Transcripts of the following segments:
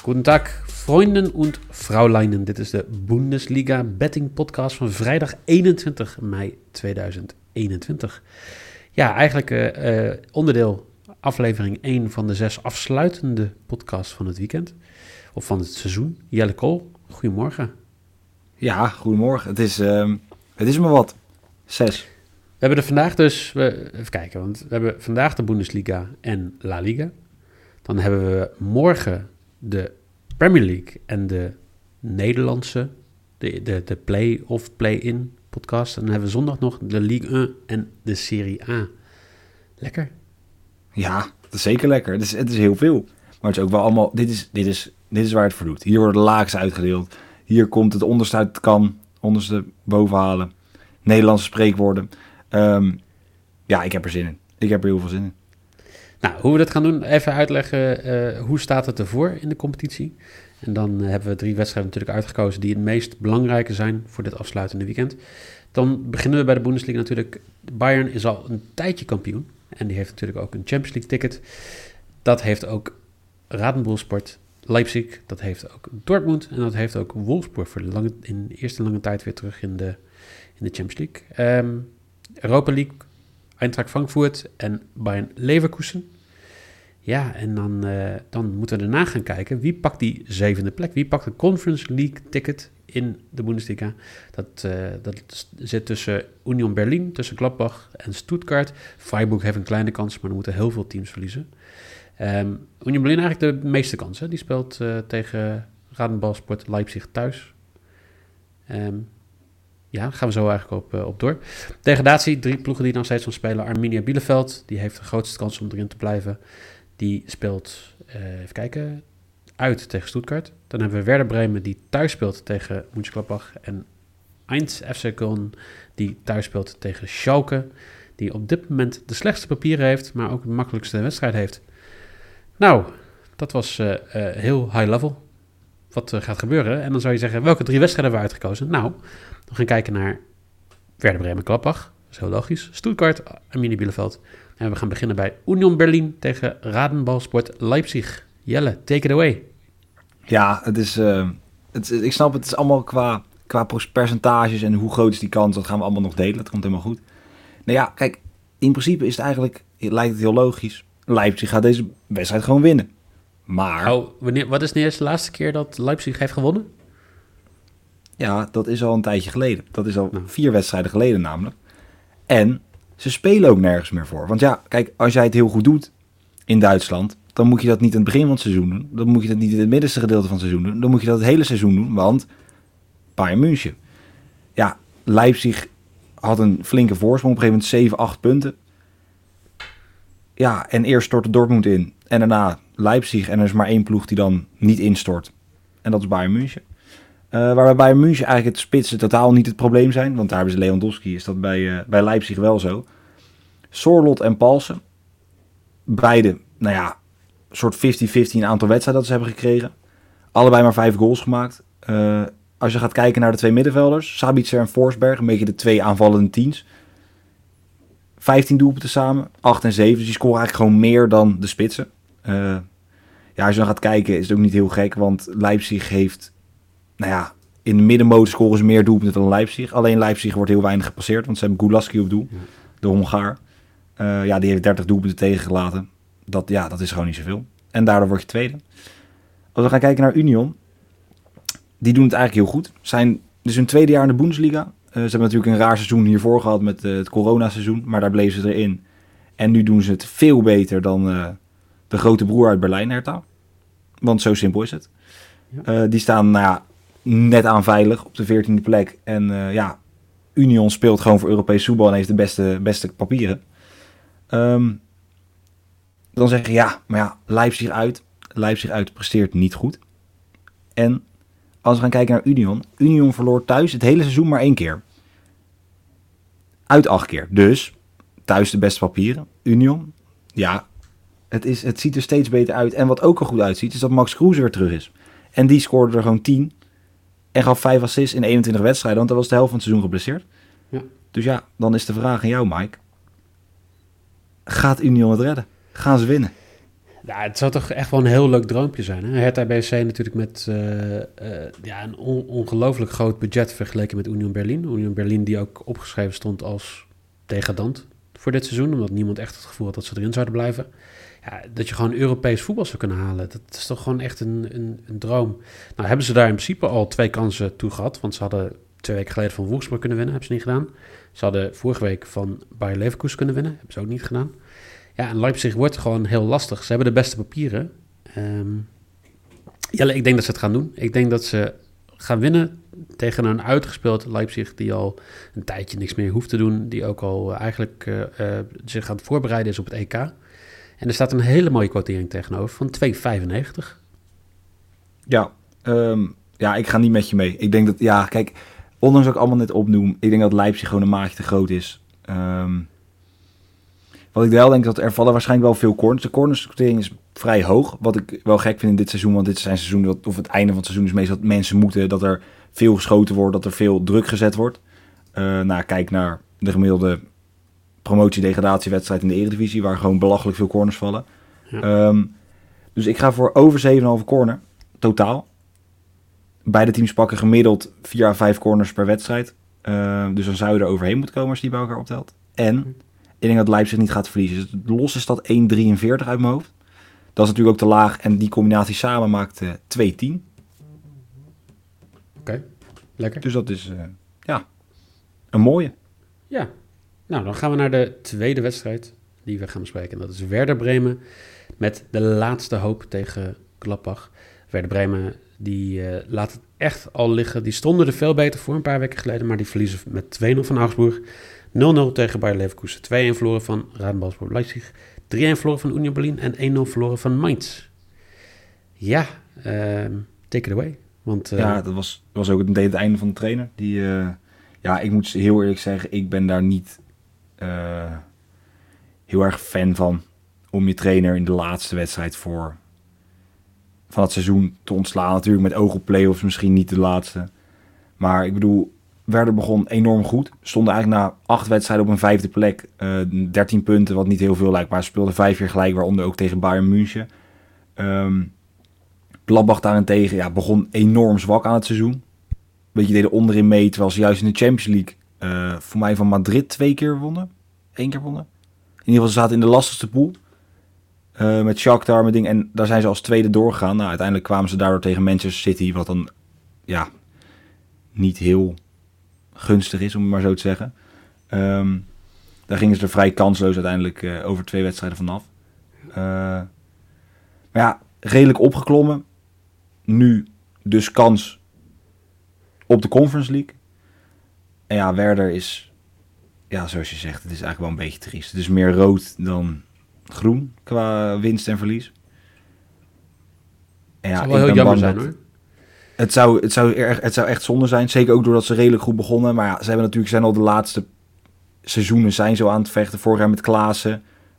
Guten Tag, Freunde und Vrouwleinen. Dit is de Bundesliga Betting Podcast van vrijdag 21 mei 2021. Ja, eigenlijk onderdeel aflevering 1 van de 6 afsluitende podcasts van het weekend. Of van het seizoen. Jelle Kool, goedemorgen. Ja, goedemorgen. Het is maar wat. 6. We hebben er vandaag dus, even kijken, want we hebben vandaag de Bundesliga en La Liga. Dan hebben we morgen de Premier League en de Nederlandse, de play-off, play-in podcast. En dan hebben we zondag nog de Ligue 1 en de Serie A. Lekker. Ja, dat is zeker lekker. Het is heel veel. Maar het is ook wel allemaal, dit is waar het voor doet. Hier worden de laagste uitgedeeld. Hier komt het onderste uit het kan, onderste boven halen. Nederlandse spreekwoorden. Ja, ik heb er zin in. Ik heb er heel veel zin in. Nou, hoe we dat gaan doen, even uitleggen hoe staat het ervoor in de competitie. En dan hebben we 3 wedstrijden natuurlijk uitgekozen die het meest belangrijke zijn voor dit afsluitende weekend. Dan beginnen we bij de Bundesliga natuurlijk. Bayern is al een tijdje kampioen en die heeft natuurlijk ook een Champions League ticket. Dat heeft ook Radenballsport Leipzig, dat heeft ook Dortmund en dat heeft ook Wolfsburg voor in de eerste lange tijd weer terug in de Champions League. Europa League, Eintracht Frankfurt en Bayern Leverkusen. Ja, en dan moeten we daarna gaan kijken wie pakt die 7e plek. Wie pakt een Conference League ticket in de Bundesliga? Dat zit tussen Union Berlin, tussen Gladbach en Stuttgart. Freiburg heeft een kleine kans, maar er moeten heel veel teams verliezen. Union Berlin eigenlijk de meeste kansen. Die speelt tegen Radenballsport Leipzig thuis. Ja, daar gaan we zo eigenlijk op door. Degradatie, 3 ploegen die nog steeds van spelen. Arminia Bielefeld, die heeft de grootste kans om erin te blijven. Die speelt, even kijken, uit tegen Stuttgart. Dan hebben we Werder Bremen, die thuis speelt tegen Mönchengladbach. En 1 FC Köln, die thuis speelt tegen Schalke. Die op dit moment de slechtste papieren heeft, maar ook de makkelijkste wedstrijd heeft. Nou, dat was heel high level. Wat gaat gebeuren? En dan zou je zeggen, welke 3 wedstrijden hebben we uitgekozen? Nou, we gaan kijken naar Werder Bremen Gladbach. Dat is heel logisch. Stuttgart, Arminia Bielefeld. En we gaan beginnen bij Union Berlin tegen Radenballsport Leipzig. Jelle, take it away. Ja, ik snap het is allemaal qua percentages en hoe groot is die kans. Dat gaan we allemaal nog delen. Dat komt helemaal goed. Nou ja, kijk, in principe is het eigenlijk, lijkt het heel logisch. Leipzig gaat deze wedstrijd gewoon winnen. Maar... wat is de laatste keer dat Leipzig heeft gewonnen? Ja, dat is al een tijdje geleden. Dat is al 4 wedstrijden geleden namelijk. En ze spelen ook nergens meer voor. Want ja, kijk, als jij het heel goed doet in Duitsland, dan moet je dat niet in het begin van het seizoen doen. Dan moet je dat niet in het middenste gedeelte van het seizoen doen. Dan moet je dat het hele seizoen doen, want Bayern München. Ja, Leipzig had een flinke voorsprong, op een gegeven moment 7-8 punten. Ja, en eerst stortte Dortmund in en daarna Leipzig. En er is maar 1 ploeg die dan niet instort. En dat is Bayern München. Waarbij Bayern München eigenlijk het spitsen totaal niet het probleem zijn. Want daar hebben ze Lewandowski, is dat bij Leipzig wel zo. Sorloth en Paulsen. Beide, nou ja, een soort 50-50 een aantal wedstrijden dat ze hebben gekregen. Allebei maar 5 goals gemaakt. Als je gaat kijken naar de 2 middenvelders, Sabitzer en Forsberg, een beetje de 2 aanvallende teams. 15 doelpunten samen, 8 en 7. Dus die scoren eigenlijk gewoon meer dan de spitsen. Ja, als je dan gaat kijken is het ook niet heel gek, want Leipzig heeft... Nou ja, in de middenmoot scoren ze meer doelpunten dan Leipzig. Alleen Leipzig wordt heel weinig gepasseerd, want ze hebben Gulaski op doel, de Hongaar. Ja, die heeft 30 doelpunten tegengelaten. Dat is gewoon niet zoveel. En daardoor word je tweede. Als we gaan kijken naar Union, die doen het eigenlijk heel goed. Zijn dus hun 2e jaar in de Bundesliga. Ze hebben natuurlijk een raar seizoen hiervoor gehad met het coronaseizoen, maar daar bleven ze erin. En nu doen ze het veel beter dan de grote broer uit Berlijn, Hertha. Want zo simpel is het. Ja. Die staan, nou ja, net aan veilig op de 14e plek. En ja, Union speelt gewoon voor Europees voetbal en heeft de beste papieren. Dan zeg je, ja, maar ja, Leipzig uit presteert niet goed. En als we gaan kijken naar Union verloor thuis het hele seizoen maar 1 keer. Uit 8 keer. Dus, thuis de beste papieren. Union, ja, het ziet er steeds beter uit. En wat ook er goed uitziet, is dat Max Kruse weer terug is. En die scoorde er gewoon 10. En gaf 5 assists in 21 wedstrijden, want dat was de helft van het seizoen geblesseerd. Ja. Dus ja, dan is de vraag aan jou, Mike. Gaat Union het redden? Gaan ze winnen? Ja, het zou toch echt wel een heel leuk droompje zijn. Hè? Hertha BSC natuurlijk met een ongelooflijk groot budget vergeleken met Union Berlin. Union Berlin die ook opgeschreven stond als degradant voor dit seizoen. Omdat niemand echt het gevoel had dat ze erin zouden blijven. Ja, dat je gewoon Europees voetbal zou kunnen halen. Dat is toch gewoon echt een droom. Nou hebben ze daar in principe al 2 kansen toe gehad. Want ze hadden 2 weken geleden van Wolfsburg kunnen winnen. Hebben ze niet gedaan. Ze hadden vorige week van Bayer Leverkusen kunnen winnen. Hebben ze ook niet gedaan. Ja, en Leipzig wordt gewoon heel lastig. Ze hebben de beste papieren. Ik denk dat ze het gaan doen. Ik denk dat ze gaan winnen tegen een uitgespeeld Leipzig die al een tijdje niks meer hoeft te doen. Die ook al eigenlijk zich aan het voorbereiden is op het EK. En er staat een hele mooie quotering tegenover van 2,95. Ja, ik ga niet met je mee. Ik denk dat, kijk, ondanks dat ik allemaal net opnoem, ik denk dat Leipzig gewoon een maatje te groot is. Wat ik wel denk, dat er vallen waarschijnlijk wel veel corners. De cornersquotering is vrij hoog. Wat ik wel gek vind in dit seizoen, want dit zijn seizoenen, of het einde van het seizoen is meestal dat mensen moeten, dat er veel geschoten wordt, dat er veel druk gezet wordt. Kijk naar de gemiddelde promotie-degradatiewedstrijd in de Eredivisie, waar gewoon belachelijk veel corners vallen. Ja. Dus ik ga voor over 7,5 corner, totaal. Beide teams pakken gemiddeld 4 à 5 corners per wedstrijd. Dus dan zou je er overheen moeten komen als je die bij elkaar optelt. En ik denk dat Leipzig niet gaat verliezen. Dus los is dat 1,43 uit mijn hoofd. Dat is natuurlijk ook te laag. En die combinatie samen maakt 2,10. Oké, lekker. Dus dat is een mooie. Ja, nou dan gaan we naar de tweede wedstrijd die we gaan bespreken. En dat is Werder Bremen met de laatste hoop tegen Gladbach. Werder Bremen die laat het echt al liggen. Die stonden er veel beter voor een paar weken geleden. Maar die verliezen met 2-0 van Augsburg. 0-0 tegen Bayer Leverkusen. 2-1 verloren van Radenballsport Leipzig. 3-1 verloren van Union Berlin. En 1-0 verloren van Mainz. Ja, take it away. Want, dat was ook het einde van de trainer. Ik moet heel eerlijk zeggen, ik ben daar niet heel erg fan van. Om je trainer in de laatste wedstrijd van het seizoen te ontslaan. Natuurlijk met oog op play-offs, misschien niet de laatste. Maar ik bedoel, Werder begon enorm goed. Stonden eigenlijk na 8 wedstrijden op een 5e plek. 13 punten, wat niet heel veel lijkt. Maar ze speelden 5 keer gelijk, waaronder ook tegen Bayern München. Gladbach daarentegen begon enorm zwak aan het seizoen. Beetje deden onderin mee, terwijl ze juist in de Champions League... voor mij van Madrid 2 keer wonnen. 1 keer wonnen. In ieder geval, ze zaten in de lastigste pool. Met Shakhtar, met ding. En daar zijn ze als tweede doorgegaan. Nou, uiteindelijk kwamen ze daardoor tegen Manchester City, wat dan niet heel gunstig is, om het maar zo te zeggen. Daar gingen ze er vrij kansloos uiteindelijk over 2 wedstrijden vanaf. Maar redelijk opgeklommen. Nu dus kans op de Conference League. En Werder is, zoals je zegt, het is eigenlijk wel een beetje triest. Het is meer rood dan groen qua winst en verlies. En het zou wel heel jammer zijn, hoor. Het zou echt zonde zijn. Zeker ook doordat ze redelijk goed begonnen. Maar zijn al de laatste seizoenen zijn zo aan het vechten. Vorig jaar met Klaassen.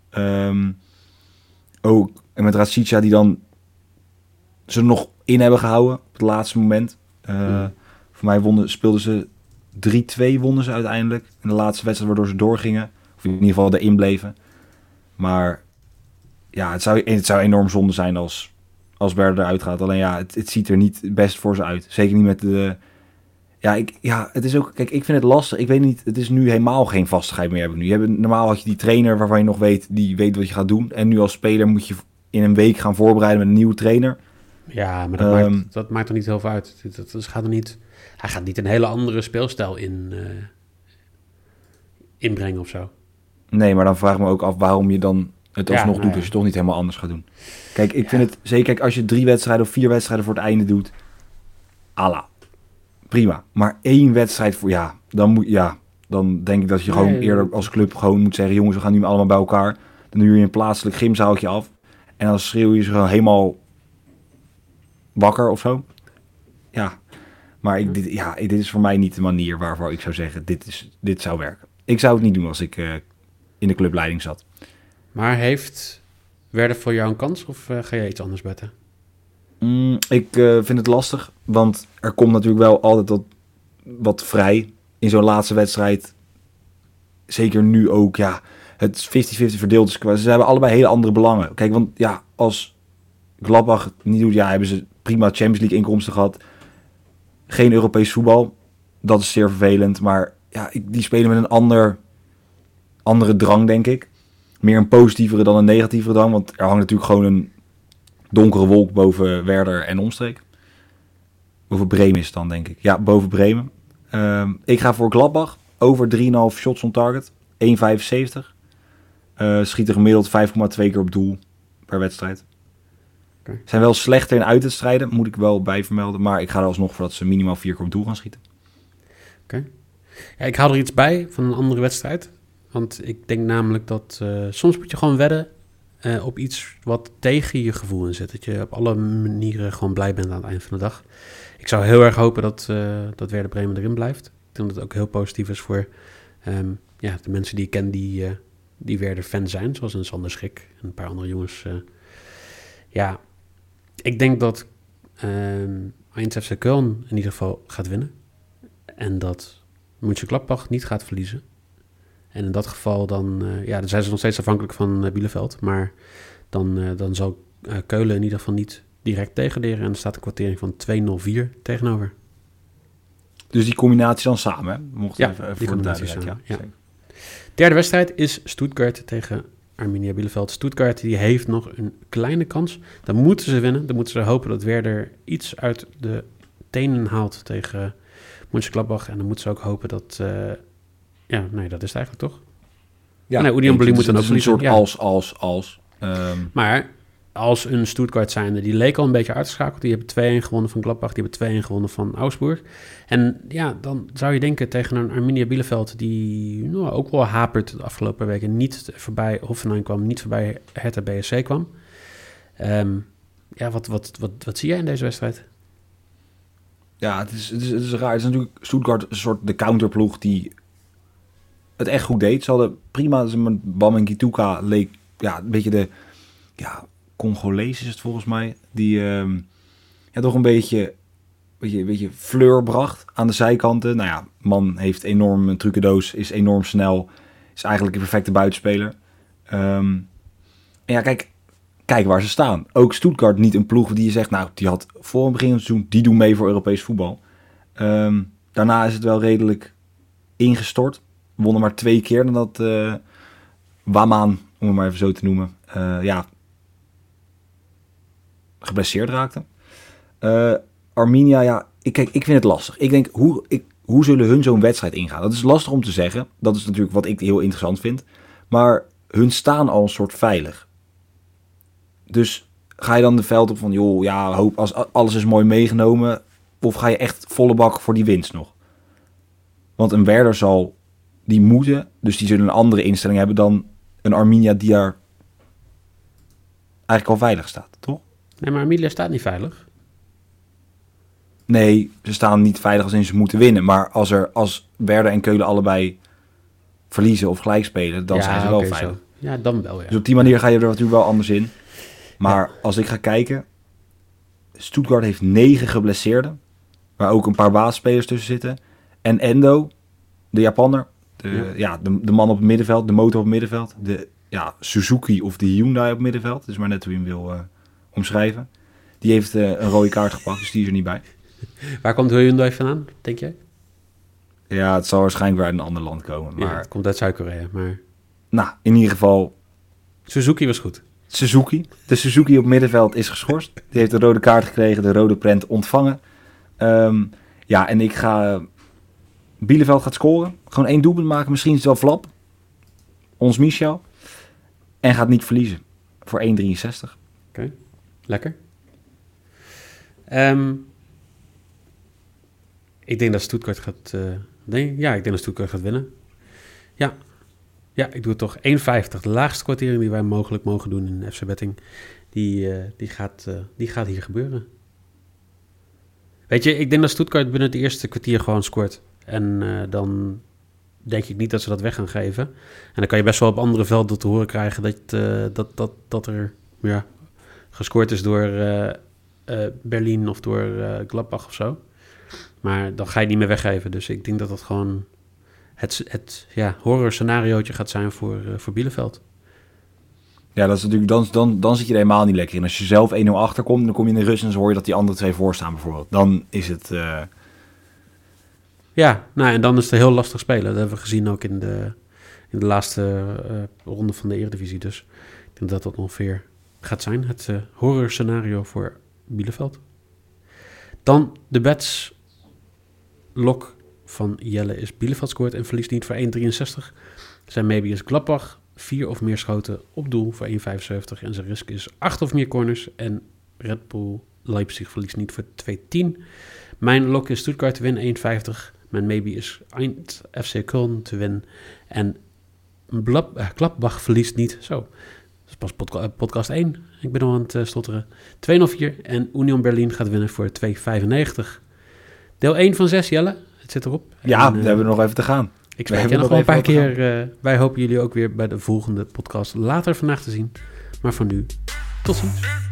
Ook met Rashica die dan ze nog in hebben gehouden op het laatste moment. Voor mij speelden ze 3-2 wonnen ze uiteindelijk. In de laatste wedstrijd waardoor ze doorgingen. Of in ieder geval erin bleven. Maar het zou enorm zonde zijn als Werder eruit gaat. Alleen het ziet er niet best voor ze uit. Zeker niet met de... het is ook... Kijk, ik vind het lastig. Ik weet niet, het is nu helemaal geen vastigheid meer hebben nu. Normaal had je die trainer waarvan je nog weet, die weet wat je gaat doen. En nu als speler moet je in een week gaan voorbereiden met een nieuwe trainer. Ja, maar dat maakt er niet heel veel uit. Hij gaat niet een hele andere speelstijl inbrengen of zo. Nee, maar dan vraag ik me ook af waarom je dan het alsnog doet als je het toch niet helemaal anders gaat doen. Kijk, ik vind het zeker, kijk, als je 3 wedstrijden of 4 wedstrijden voor het einde doet, prima. Maar 1 wedstrijd voor, dan denk ik dat je gewoon eerder als club gewoon moet zeggen, jongens, we gaan nu allemaal bij elkaar. Dan huur je een plaatselijk gymzaaltje af en dan schreeuw je ze gewoon helemaal wakker of zo. Ja, maar dit is voor mij niet de manier waarvoor ik zou zeggen, dit zou werken. Ik zou het niet doen als ik in de clubleiding zat. Maar heeft Werder voor jou een kans of ga je iets anders betten? Ik vind het lastig, want er komt natuurlijk wel altijd wat vrij in zo'n laatste wedstrijd. Zeker nu ook, het 50-50 verdeeld is. Ze hebben allebei hele andere belangen. Kijk, want ja, als Gladbach het niet doet, ja, hebben ze prima Champions League inkomsten gehad. Geen Europees voetbal. Dat is zeer vervelend. Maar ja, die spelen met een andere drang, denk ik. Meer een positievere dan een negatievere drang. Want er hangt natuurlijk gewoon een donkere wolk boven Werder en omstreek. Boven Bremen is het dan, denk ik. Ja, boven Bremen. Ik ga voor Gladbach. Over 3,5 shots on target. 1,75. Schieten gemiddeld 5,2 keer op doel per wedstrijd. Okay. Zijn wel slechter in uitwedstrijden, moet ik wel bij vermelden. Maar ik ga er alsnog voor dat ze minimaal 4 keer op doel gaan schieten. Oké. Ja, ik haal er iets bij van een andere wedstrijd. Want ik denk namelijk dat soms moet je gewoon wedden op iets wat tegen je gevoel in zit. Dat je op alle manieren gewoon blij bent aan het eind van de dag. Ik zou heel erg hopen dat Werder Bremen erin blijft. Ik denk dat het ook heel positief is voor de mensen die ik ken die Werder fan zijn. Zoals een Sander Schik en een paar andere jongens. Ik denk dat Eindhoven FC Köln in ieder geval gaat winnen. En dat Mönchengladbach niet gaat verliezen. En in dat geval dan zijn ze nog steeds afhankelijk van Bielefeld. Maar dan zal Keulen in ieder geval niet direct tegenderen. En er staat een kwartering van 2,04 tegenover. Dus die combinatie dan samen, hè? Mocht ja, even die voor de combinatie samen. Ja. Derde wedstrijd is Stuttgart tegen Arminia Bielefeld. Stuttgart die heeft nog een kleine kans. Dan moeten ze winnen. Dan moeten ze hopen dat Werder iets uit de tenen haalt tegen Mönchengladbach. En dan moeten ze ook hopen dat... dat is het eigenlijk toch? Ja, nee, Union Berlin moet dan ook verliezen. Een soort als. Maar als een Stuttgart zijnde, die leek al een beetje uitgeschakeld. Die hebben 2-1 gewonnen van Gladbach, die hebben 2-1 gewonnen van Augsburg. En ja, dan zou je denken tegen een Arminia Bielefeld die ook wel hapert de afgelopen weken. Niet voorbij Hoffenheim kwam, niet voorbij Hertha BSC kwam. Wat zie jij in deze wedstrijd? Ja, het is raar. Het is natuurlijk Stuttgart een soort de counterploeg die het echt goed deed. Ze hadden prima, Bam en Kituka leek een beetje de Congolees is het volgens mij. Die toch een beetje fleur bracht aan de zijkanten. Nou ja, man heeft enorm een trucendoos, is enorm snel, is eigenlijk een perfecte buitenspeler. En ja, kijk waar ze staan. Ook Stuttgart niet een ploeg die je zegt, nou, die had voor het begin van het seizoen, die doen mee voor Europees voetbal. Daarna is het wel redelijk ingestort. Wonnen maar 2 keer nadat Waman, om het maar even zo te noemen, geblesseerd raakte. Arminia, ik vind het lastig. Ik denk, hoe zullen hun zo'n wedstrijd ingaan? Dat is lastig om te zeggen. Dat is natuurlijk wat ik heel interessant vind. Maar hun staan al een soort veilig. Dus ga je dan de veld op van, hoop als alles is mooi meegenomen, of ga je echt volle bak voor die winst nog? Want een Werder die moeten, dus die zullen een andere instelling hebben dan een Arminia die daar eigenlijk al veilig staat, toch? Nee, maar Arminia staat niet veilig. Nee, ze staan niet veilig als in ze moeten winnen. Maar als Werder en Keulen allebei verliezen of gelijk spelen, dan zijn ze wel veilig. Zo. Ja, dan wel, ja. Dus op die manier ga je er natuurlijk wel anders in. Maar als ik ga kijken, Stuttgart heeft 9 geblesseerden, waar ook een paar basisspelers tussen zitten. En Endo, de Japanner, de man op het middenveld, de motor op het middenveld, de Suzuki of de Hyundai op het middenveld, dat is maar net hoe je hem wil omschrijven. Die heeft een rode kaart gepakt, dus die is er niet bij. Waar komt Hyundai vandaan, denk jij? Ja, het zal waarschijnlijk weer uit een ander land komen. Maar het komt uit Zuid-Korea, maar... Nou, in ieder geval... Suzuki was goed. Suzuki. De Suzuki op het middenveld is geschorst. Die heeft de rode kaart gekregen, de rode prent ontvangen. En ik ga... Bielefeld gaat scoren. Gewoon 1 doelpunt maken. Misschien is het wel flap. Ons Michel. En gaat niet verliezen. Voor 1,63. Oké. Lekker. Ik denk dat Stuttgart gaat... ik denk dat Stuttgart gaat winnen. Ja, ik doe het toch. 1,50. De laagste kwartering die wij mogelijk mogen doen in FC Betting. Die gaat hier gebeuren. Weet je, ik denk dat Stuttgart binnen het eerste kwartier gewoon scoort. En dan denk ik niet dat ze dat weg gaan geven. En dan kan je best wel op andere velden te horen krijgen dat er gescoord is door Berlin of door Gladbach of zo. Maar dan ga je niet meer weggeven. Dus ik denk dat dat gewoon het horror scenariootje gaat zijn voor Bielefeld. Ja, dat is natuurlijk, dan zit je er helemaal niet lekker in. Als je zelf 1-0 achterkomt, dan kom je in de rust en dan hoor je dat die andere 2 voorstaan bijvoorbeeld. Dan is het... Ja, en dan is het heel lastig spelen. Dat hebben we gezien ook in de laatste ronde van de Eredivisie. Dus ik denk dat dat ongeveer gaat zijn. Het horror scenario voor Bielefeld. Dan de bets. Lok van Jelle is Bielefeld scoort en verliest niet voor 1,63. Zijn maybe is Gladbach 4 of meer schoten op doel voor 1,75. En zijn risk is 8 of meer corners. En Red Bull Leipzig verliest niet voor 2,10. Mijn lok is Stuttgart te winnen 1,50. Mijn maybe is Eind FC Köln te winnen. En Gladbach verliest niet. Zo, dat is pas podcast 1. Ik ben al aan het stotteren. 2,04. En Union Berlin gaat winnen voor 2,95. Deel 1 van 6, Jelle. Het zit erop. Ja, en, daar hebben we nog even te gaan. Ik spreek je nog wel een paar keer. Wij hopen jullie ook weer bij de volgende podcast later vandaag te zien. Maar voor nu, tot ziens.